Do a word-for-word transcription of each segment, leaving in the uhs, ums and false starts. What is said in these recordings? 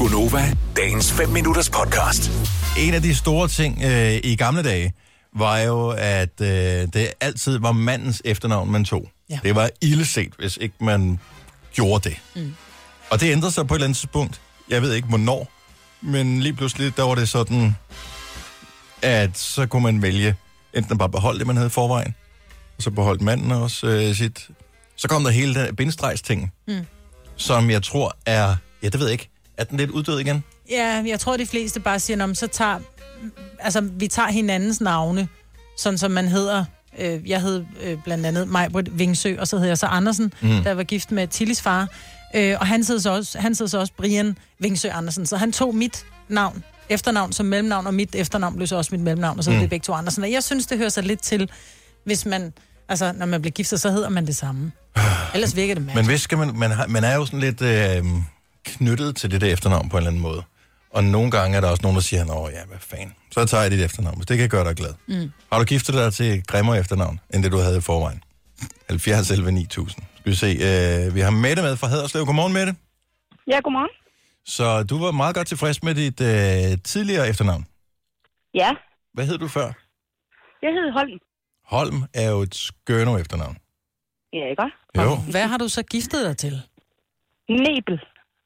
Gunova, dagens fem minutters podcast. En af de store ting øh, i gamle dage var jo, at øh, det altid var mandens efternavn, man tog. Ja. Det var illeset, hvis ikke man gjorde det. Mm. Og det ændrede sig på et eller andet tidspunkt. Jeg ved ikke, hvornår. Men lige pludselig, der var det sådan, at så kunne man vælge enten bare beholde det, man havde i forvejen, og så beholdt manden også øh, sit. Så kom der hele den bindestrejs-ting, mm. som jeg tror er, ja, det ved jeg ikke, er den lidt uddød igen? Ja, jeg tror, de fleste bare siger, om så tager, altså vi tager hinandens navne, sådan som man hedder. Øh, jeg hed øh, blandt andet Majbrit Vingsø, og så hedder jeg så Andersen, mm. der var gift med Tillis far. Øh, og han hed så også, han hed så også Brian Vingsø Andersen, så han tog mit navn, efternavn som mellemnavn, og mit efternavn blev så også mit mellemnavn, og så mm. det begge to Andersen. Og jeg synes, det hører sig lidt til, hvis man, altså når man bliver gift, så hedder man det samme. Ellers virker det mærkeligt. Men hvis skal man, man, har, man er jo sådan lidt øh, knyttet til det der efternavn på en eller anden måde. Og nogle gange er der også nogen, der siger, åh ja, hvad fanden, så tager jeg dit efternavn, hvis det kan gøre dig glad. Mm. Har du giftet dig til grimmere efternavn, end det du havde i forvejen? halvfjerds elleve ni tusind. Skal vi se, øh, vi har Mette med fra Haderslev. Godmorgen, Mette. Ja, godmorgen. Så du var meget godt tilfreds med dit øh, tidligere efternavn? Ja. Hvad hed du før? Jeg hed Holm. Holm er jo et skønne efternavn. Ja, ikke også? Jo. Hvad har du så giftet dig til? Nebel.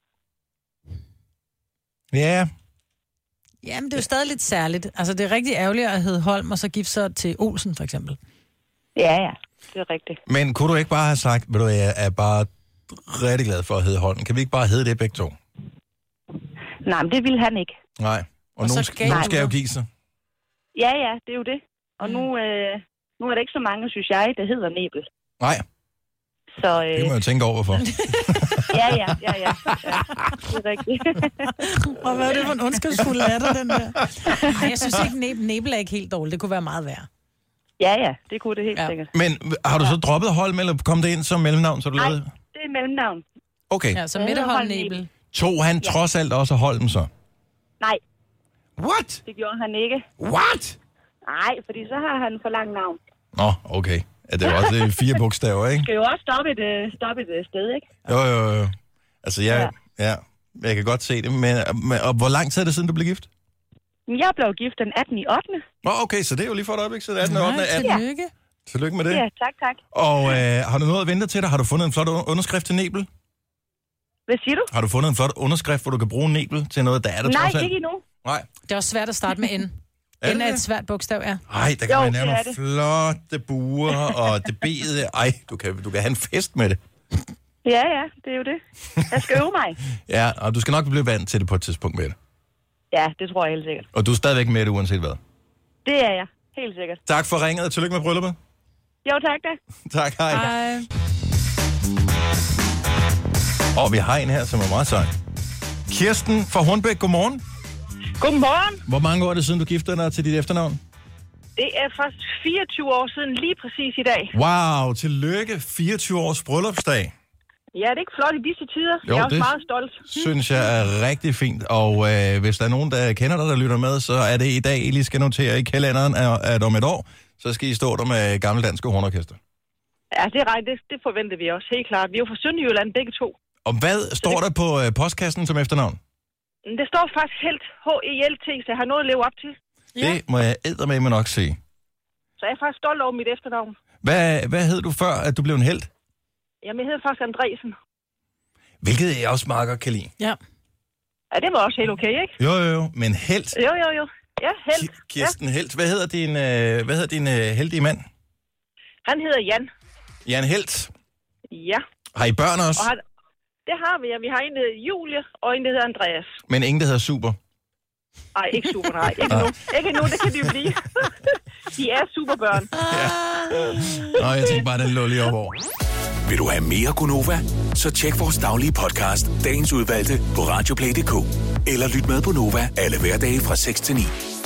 Ja. Jamen, det er jo stadig lidt særligt. Altså, det er rigtig ærgerligt at hedde Holm, og så gifte sig til Olsen, for eksempel. Ja, ja. Det er rigtigt. Men kunne du ikke bare have sagt, ved du, jeg er bare rigtig glad for at hedde Holm. Kan vi ikke bare hedde det begge to? Nej, men det ville han ikke. Nej. Og, og nogen, skal, nogen skal jo give sig. Ja, ja, det er jo det. Og mm. nu, øh, nu er der ikke så mange, synes jeg, der hedder Nebel. Nej. Så, øh... det kan man jo tænke over, hvorfor. ja, ja, ja, ja, ja. Det er rigtigt. Og hvad er det for en ondskabsfuld latter, den der? Ej, jeg synes ikke, Nebel, Nebel er ikke helt dårligt. Det kunne være meget værre. Ja, ja, det kunne det helt ja. sikkert. Men har du så droppet Holm, eller kom det ind som mellemnavn, så du Nej, lavede? det er mellemnavn. Okay. Ja, så Mette Holm Nebel. Tog han ja. trods alt også Holm så? Nej. What? Det gjorde han ikke. What? Nej, fordi så har han for lang navn. Nå, okay. Ja, det er jo også fire bogstaver, ikke? Skal jo også stoppe et, stoppe et sted, ikke? Jo, jo, jo. Altså, jeg, ja. ja, jeg kan godt se det, men og, og hvor lang tid er det siden, du blev gift? Jeg blev gift den attende i ottende Nå, okay, så det er jo lige for et øjeblik, så det er attende ottende Nej, tillykke. Tillykke med det. Ja, tak, tak. Og øh, har du noget at vente til dig? Har du fundet en flot underskrift til Nebel? Hvad siger du? Har du fundet en flot underskrift, hvor du kan bruge Nebel til noget, der er der Nej, trods alt? ikke endnu. Nej. Det er også svært at starte med N. Er N er et svært bogstav, ja. Ej, der kan jo, man lave nogle flotte buer, og det bede. Ej, du kan, du kan have en fest med det. Ja, ja, det er jo det. Jeg skal øve mig. Ja, og du skal nok blive vant til det på et tidspunkt med det. Ja, det tror jeg helt sikkert. Og du er stadigvæk med det, uanset hvad? Det er jeg, helt sikkert. Tak for ringet, og tillykke med brylluppet. Jo, tak da. Tak, hej. Hej. Og vi har en her, som er meget sej. Kirsten fra Hornbæk, godmorgen. Godmorgen. Hvor mange år er det siden, du giftede dig til dit efternavn? Det er faktisk fireogtyve år siden, lige præcis i dag. Wow, tillykke. fireogtyve års bryllupsdag. Ja, det er ikke flot i disse tider. Jo, jeg er også det meget stolt. Synes jeg er rigtig fint. Og øh, hvis der er nogen, der kender dig, der lytter med, så er det i dag, I lige skal notere i kalenderen, at om et år, så skal I stå der med gamle danske hornorkester. Ja, det er ret. Det, det forventer vi også, helt klart. Vi er jo fra Sønderjylland begge to. Og hvad står der på øh, postkassen som efternavn? Det står faktisk helt H E L T, så jeg har noget at leve op til. Ja. Det må jeg eddermame nok se. Så jeg er faktisk stolt over mit efternavn. Hvad, hvad hed du før, at du blev en helt? Jamen, jeg hedder faktisk Andresen. Hvilket jeg også meget godt kan lide. Ja. Ja, det var også helt okay, ikke? Jo, jo, jo. Men helt. Jo, jo, jo. Ja, helt. K- Kirsten ja. Helt. Hvad hedder din, øh, hvad hedder din øh, heldige mand? Han hedder Jan. Jan Helt. Ja. Har I børn også? Og han, det har vi, ja. Vi har en, der hedder Julie, og en, der hedder Andreas. Men ingen, der hedder Super? Nej, ikke super, nej. Ikke nu. Ikke nu, det kan de jo blive. De er superbørn. Ja. Nå, jeg tænkte bare, den lå lige op over. Vil du have mere Gunova? Så tjek vores daglige podcast, dagens udvalgte, på radioplay punktum d k. Eller lyt med på Nova alle hverdage fra seks til ni.